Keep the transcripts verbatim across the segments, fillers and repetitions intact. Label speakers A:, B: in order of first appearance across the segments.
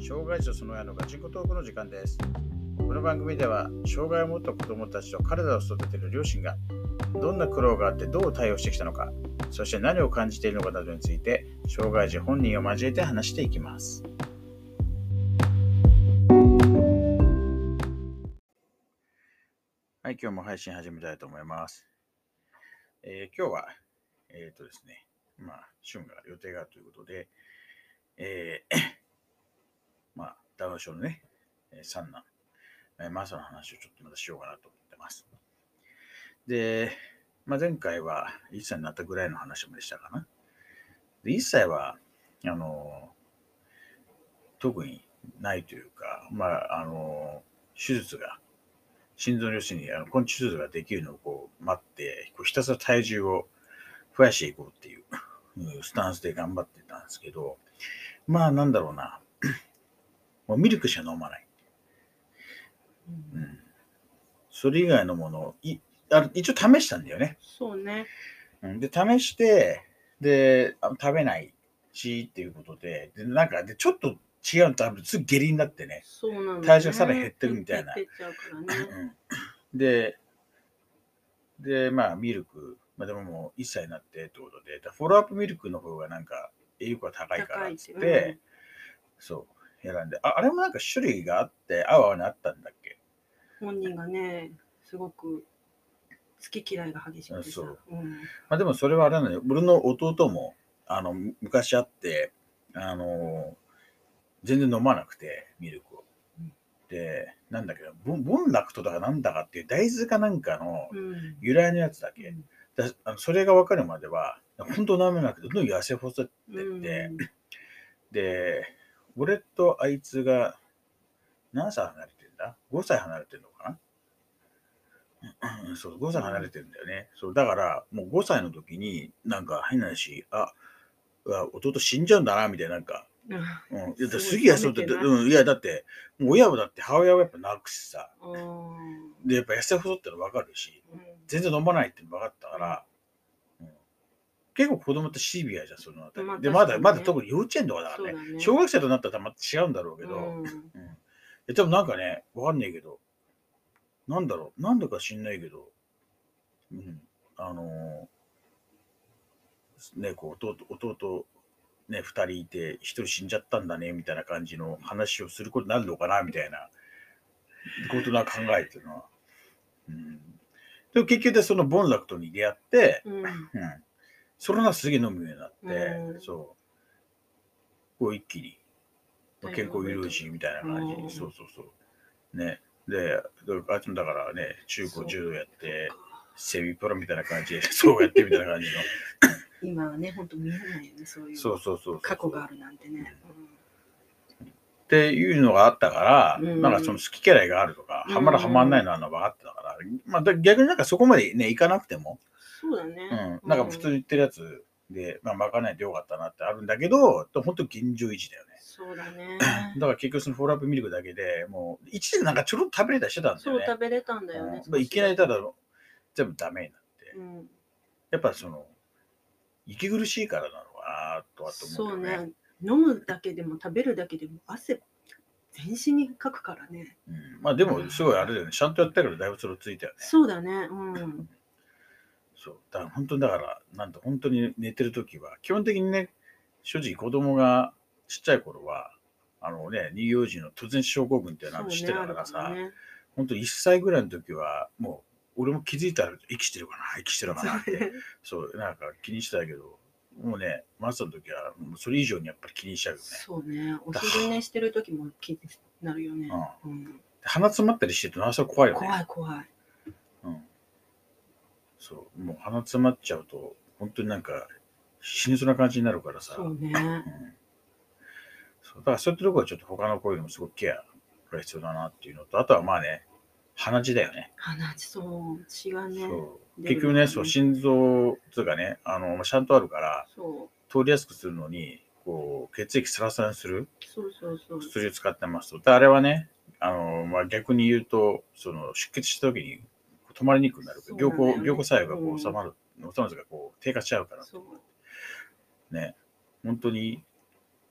A: 障害児とその親のガチンコトークの時間です。この番組では障害を持った子どもたちと彼らを育てる両親がどんな苦労があってどう対応してきたのか、そして何を感じているのかなどについて障害児本人を交えて話していきます。はい、今日も配信始めたいと思います。えー、今日はえっ、ー、とですね、まあ旬が予定があるということで、えー、まあダウン症のね、三男、えー、マサの話をちょっとまたしようかなと思ってます。で、まあ、前回はいっさいになったぐらいの話もでしたかな。でいっさいはあの特にないというか、まああの手術が心臓の要するにあの根治手術ができるのをこう待ってこうひたすら体重を増やしていこうっていうスタンスで頑張ってたんですけど、まあなんだろうな、もうミルクしか飲まない。うん、それ以外のものをいあ一応試したんだよね。
B: そうね。
A: うん、で試してで食べないしっていうことで、でなんかでちょっと違うのとすぐ下痢になってね、
B: そうなんだよね。
A: 体重がさらに減ってるみたいな。
B: 減ってっちゃうからね。
A: うん、で、で、まあミルク、まあでももういっさいになってってことで、フォローアップミルクの方がなんか栄養価が高いからっつって、うん、そう選んで、あ、あれもなんか種類があって合う合わにあったんだっけ？
B: 本人がね、すごく好き嫌いが激しくてさ。そう。
A: うん、まあでもそれはあれなのよ。俺の弟もあの昔あって、あの全然飲まなくてミルクを。うん、で、なんだけどボン、ボンラクトだかなんだかっていう大豆かなんかの由来のやつだけ。うん、だあのそれが分かるまでは本当飲めなくてどんどん痩せ細ってって、うん、で、俺とあいつが何歳離れてんだ ?ご 歳離れてるのかな。そう、ごさい離れてるんだよね。そう、だから、もうごさいの時に、なんか変な話、あ、弟死んじゃうんだな、みたいな、なんか。うん。いや、すげえそうって、うん、いや、だって、もう親はだって母親はやっぱ泣くしさ。で、やっぱ痩せ細っての分かるし、うん、全然飲まないっての分かったから、うん、結構子供ってシビアじゃん、そのあたり。まあ、で、まだ、まだ特に幼稚園とかだからね。ね、小学生となったらまた違うんだろうけど、うん。うん、でもなんかね、分かんないけど、なんだろう、なんだか知んないけど、うん、あのー、ね、こう弟、弟、ね、ふたりいて、ひとり死んじゃったんだね、みたいな感じの話をすることになるのかな、みたいなことな考えてるのは。うん、でも結局でそのボンラクトに出会って、うんうん、それがすげえ飲むようになって、うん、そう、こう一気に、健康有料児みたいな感じ、うん、そうそうそう。ね。で、あいつもだからね、中高柔道やって、セミプロみたいな感じで、そうやってみたいな感じの。
B: 今はね、本当見えないよね、そういう。
A: そうそうそう
B: 過去があるなんてね。
A: うん、っていうのがあったから、うん、なんかその好き嫌いがあるとか、はまらはまんないのは分かってたから、まあ逆になんかそこまでね、いかなくても、
B: そうだね。
A: うん、なんか普通に言ってるやつで、まあ、まかないでよかったなってあるんだけど、本当現状維持だよね。
B: そうだね。
A: だから結局そのフォローアップミルクだけでもう一時なんかちょろっと食べれたりしてたんだよね。
B: そう食べれたんだよね。
A: うん、いきなりただ全部ダメになって、うん、やっぱその息苦しいからなのかなとはと思うけどね。そうね。
B: 飲むだけでも食べるだけでも汗全身にかくからね。
A: うん、まあでもすごいあれだよね。ちゃんとやったからだいぶそれついたよね。
B: そうだね。うん。
A: そうだから本当にだからなんと本当に寝てる時は基本的にね、正直子供がちっちゃい頃はあのね、乳幼児の突然症候群っていうのを知ってたからさ、ねね、本当いっさいぐらいの時はもう俺も気づいたら生きてるかな生きてるかなってそうなんか気にしてたけど、もうねマスターの時はそれ以上にやっぱり気にしちゃうよね。
B: そうね。お昼寝してる時も気になるよね。
A: うんうん、鼻詰まったりしてるとなおさら怖いよね。
B: 怖い怖い。
A: うん。そうもう鼻詰まっちゃうと本当になんか死にそうな感じになるからさ。
B: そうね。うん、
A: そうだからそういったところはちょっと他の声でもすごくケアが必要だなっていうのと、あとはまあね、鼻血だよね。
B: 鼻血、そう、血がね。
A: そう結局ね、そう心臓とかね、あのちゃんとあるから、通りやすくするのに、こう血液サラサラにする薬を使ってますと。であれはね、あのまあ、逆に言うと、その出血した時に止まりにくくなる。凝固、凝固作用がこう収まる、うん、収まるがこう低下しちゃうから。ね、本当に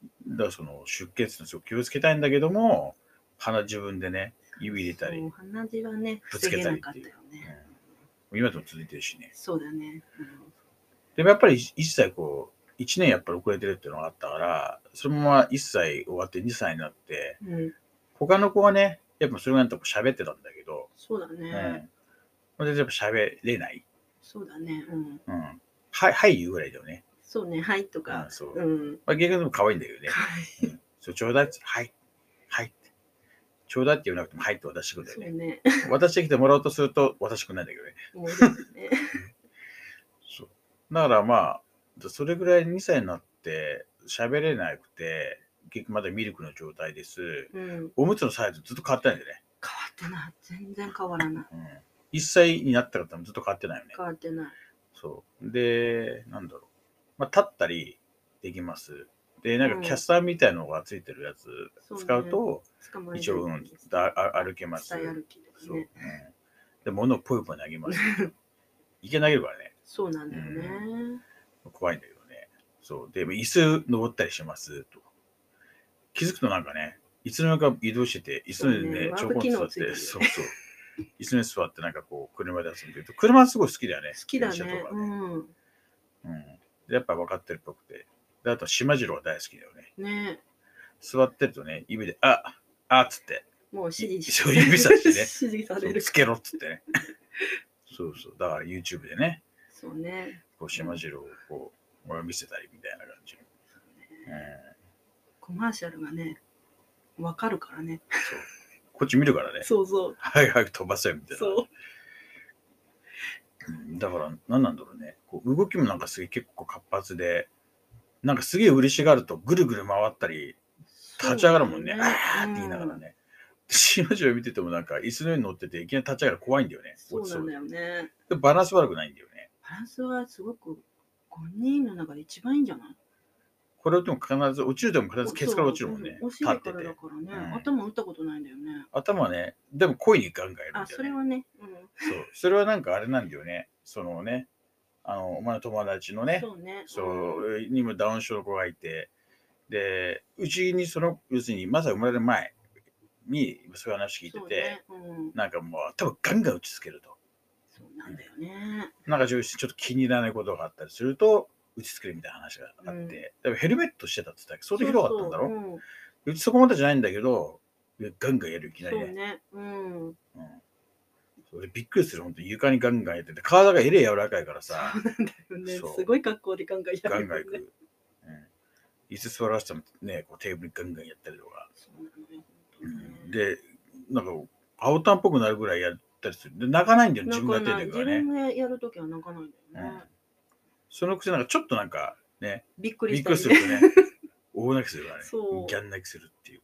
A: だからその出血のすごく気をつけたいんだけども、鼻自分でね、指入れたり、
B: そう鼻血はね、
A: ぶつけ
B: 防げな
A: たりっていう
B: かったよね。
A: うん、今でも続いてるしね。
B: そうだね。
A: でもやっぱり一切こう、いちねんやっぱり遅れてるっていうのがあったから、そのままいっさい終わってにさいになって、
B: うん。うん、
A: 他の子はね、やっぱそれがなんとこ喋ってたんだけど、
B: そうだね。
A: うん。で、やっぱ喋れない。
B: そうだね。うん。
A: うん。はい、はい言うぐらいだよね。
B: そうね。はいとか
A: うん、。そう。
B: うん。
A: まあ、逆にでも可愛いんだけどね。
B: はい。
A: うん。そう、ちょうだいっつって、はい。はいって。ちょうだいって言わなくても、はいって渡してくるんだよね。
B: そうね。
A: 渡してきてもらおうとすると、渡してくれないんだけどね。
B: もういるよね。
A: そう。だからまあ、それぐらいにさいになって喋れなくて、結局まだミルクの状態です。
B: うん。
A: おむつのサイズずっと変わってないんだよね。
B: 変わってない。全然変わらない。
A: うん。いっさいになったからずっと変わってないよね。
B: 変わってない。
A: そう。で、なんだろう。まあ、立ったりできます。で、なんかキャスターみたいなのがついてるやつ使うと、
B: 捕まえ
A: 一応、うん、だあ歩けます。
B: 伝え歩きとか
A: そう。う
B: ね。
A: ん。で、物をポイポイ投げます。いけ投げるからね。
B: そうなんだよね。
A: 怖いんだけどね。そう。で、椅子登ったりしますと。気づくとなんかね、いつの間にか移動してて、椅子にね、
B: そうね
A: ちょこんと座って、
B: ワープ機能ついてるよね
A: そうそう。椅子に座ってなんかこう、車で遊んでると、車はすごい好きだよね。
B: 好きだね。
A: 電車とかね。
B: うん。
A: うん。でやっぱ分かってるっぽくて。で、あと、島次郎は大好きだよね。
B: ね。
A: 座ってるとね、指で、ああっつって、
B: もう指示
A: そう指さしてね
B: 指示される。
A: つけろっつってね。そうそう。だから YouTube でね、
B: そうね。
A: こう島次郎をこう、見せたりみたいな感じ。
B: コマーシャルがね、わかるからね。
A: そう。こっち見るからね。
B: そうそう。
A: はいはい、飛ばせよみたいな。
B: そう。
A: うんだから、何なんだろうね。こう動きもなんかすげえ結構活発で、なんかすげえ嬉しがるとぐるぐる回ったり、立ち上がるもんね。あーって言いながらね。島次郎見ててもなんか椅子の上に乗ってていきなり立ち上がる怖いんだよね。
B: そうなんだよね。
A: でバランス悪くないんだよね。
B: バランスはすごくごにんの中で一番いいんじゃない？
A: これでも必ず、落ちるでも必ずケツから落ちるもんね。
B: お尻からだからね、
A: うん
B: 頭打ったことないんだよね。
A: 頭はね、でも声にガンガンやるんだよね。
B: あ、それはね。うん、
A: そう。それはなんかあれなんだよね。そのね、あの、お前の友達のね、
B: そうね。
A: そう、にもダウン症の子がいて、で、うちにその、要するに、まさ生まれる前に、そういう話聞いてて、
B: ねうん、
A: なんかもう、多分ガンガン打ちつけると。
B: そうなんだよね。
A: なんかちょっと気に入らないことがあったりすると、打ちつけるみたいな話があって、うん、でもヘルメットしてたって言ったけど、相当ひどかったんだろう。そうそう、うん、うちそこまでじゃないんだけど、ガンガンやるいきなりね。
B: そうね。うん。うん
A: それびっくりする、本当に床にガンガンやってて、体がえれ柔らかいからさ。
B: そうなんだよね。すごい格好でガンガンやる、ね。
A: ガンガンいく。うん。椅子座らせてもね、こうテーブルにガンガンやったりとか。そうなのよ、うん。で、なんか、青タンっぽくなるぐらいやったりする。で、泣かないんだよ、自分がやってるからね。
B: 自分でやるときは泣かないんだよね。うん、
A: そのくせなんかちょっとなんかね、
B: びっくりした
A: り、ね、びっくりするとね、大泣きするからね。ギャン泣きするっていう。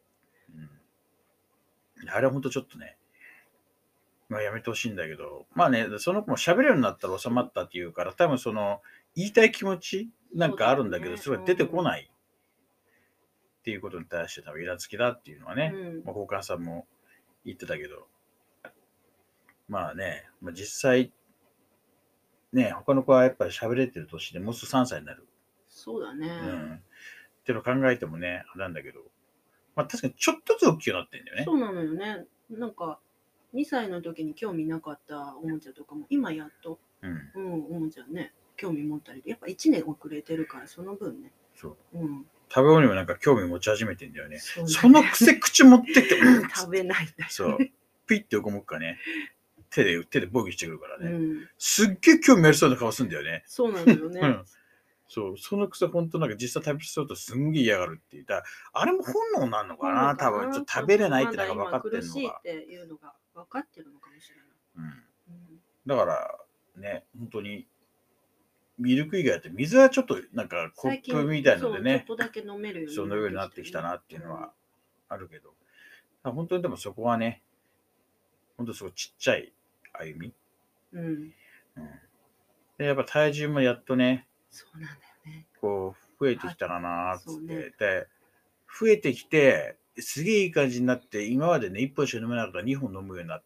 A: うん、あれはほんとちょっとね、まあやめてほしいんだけど、まあね、その子も喋れるようになったら収まったっていうから、多分その、言いたい気持ちなんかあるんだけど、それは出てこないっていうことに対して多分イラつきだっていうのはね、うん、まあ、交換さんも言ってたけど、まあね、まあ、実際、ね、他の子はやっぱり喋れてる年でもうすぐさんさいになる。
B: そうだね。
A: うん。っていうのを考えてもね、あれなんだけど、まあ確かにちょっとずつ大きくなってんだよね。
B: そうなのよね。なんか、にさいの時に興味なかったおもちゃとかも、今やっと、うん、うん、おもちゃね、興味持ったり、やっぱいちねん遅れてるから、その分ね。
A: そう。
B: うん。
A: 食べ物にもなんか興味持ち始めてんだよね。そ, ねそのくせ口持ってって、
B: 食べないんだよ、ね。
A: そう。ピッて横向くかね。手で、手でボギーしてくるからね。
B: うん、
A: すっげえ興味ありそうな顔するんだよね。
B: そうなんだよね。うん
A: そう、そのくせ本当なんか実際食べそうとすんげえ嫌がるって言ったら、あれも本能なんのかな、多分ちょっと食べれないってのが分かってるのが。
B: 苦しいっていうのが分かってるのかもしれない。
A: うん。だからね、本当にミルク以外だって水はちょっとなんかコップみたいのでね、
B: ちょっとだけ飲めるように
A: そのようになってきたなっていうのはあるけど、うん、本当にでもそこはね、本当すごいちっちゃい歩み。うん。うん、でやっぱ体重もやっとね、
B: そうなんだよね。
A: こう、増えてきたかなーっつって、ね。で、増えてきて、すげえいい感じになって、今までね、いっぽんしか飲めなかったらにほん飲むようになって、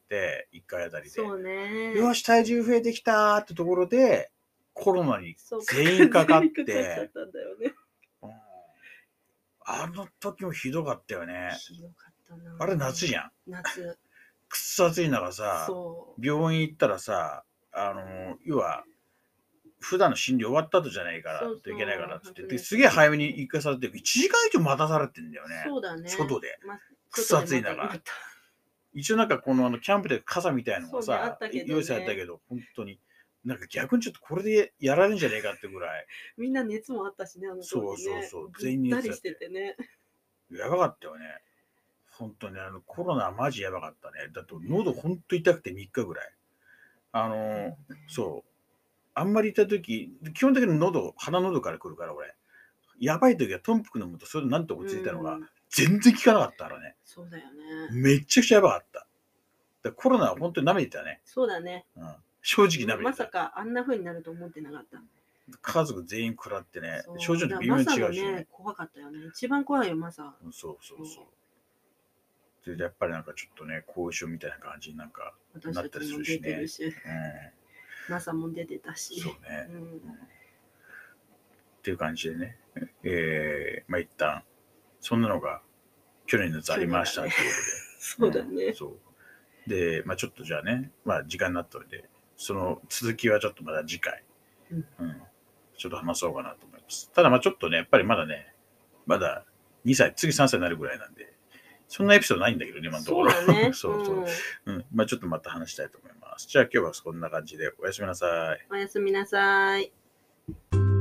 A: いっかいあたりで。
B: そうね。
A: よし、体重増えてきたーってところで、コロナに全員かかって、 あの時もひどかったよね。
B: ひどかったな。
A: あれ夏じゃん。
B: 夏。
A: くっそ暑い中さ、病院行ったらさ、あの、要は、普段の診療終わった後じゃないから、といけないからっつって、すげえ早めに行かされて、いちじかん以上待たされてんだよね。
B: そうだね。
A: 外で。くっそ暑い中。一応なんかこのあのキャンプで傘みたいなのがさ、用意されたけど、本当に。なんか逆にちょっとこれでやられるんじゃねえかってぐらい。
B: みんな熱もあったしね、あの時ね。
A: そうそうそう。全員熱
B: しててね。
A: やばかったよね。本当にあのコロナはマジやばかったね。だって喉本当痛くてみっかぐらい。あのー、そう。あんまりいた時、基本的に喉、鼻喉から来るから俺。やばい時はトンプク飲むとそれなんと落ち着いたのが、全然効かなかったからね。
B: そうだよね。
A: めっちゃくちゃやばかった。だコロナは本当に舐めてたね。
B: そうだね。
A: うん、正直舐めてた。
B: まさかあんな風になると思ってなかった。
A: 家族全員食らってね、症状と微妙に違うしね。
B: ね怖かったよね。一番怖いよ、マサ。
A: そうそうそう。で、やっぱりなんかちょっとね、後遺症みたいな感じになんかなったりするしね。
B: マサも出てたし。
A: そうね。うんうん、っていう感じでね、えー、まあ一旦、そんなのが去年の夏ありましたということで。
B: そうだね。
A: うん、そうで、まあちょっとじゃあね、まあ時間になったので、その続きはちょっとまだ次回、うんうん、ちょっと話そうかなと思います。ただまあちょっとね、やっぱりまだね、まだにさい、次さんさいになるぐらいなんで、そんなエピソードないんだけどね、今のところ。
B: そうだね。
A: そうそう。うん。まあちょっとまた話したいと思います。じゃあ今日はそんな感じでおやすみなさい。
B: おやすみなさい。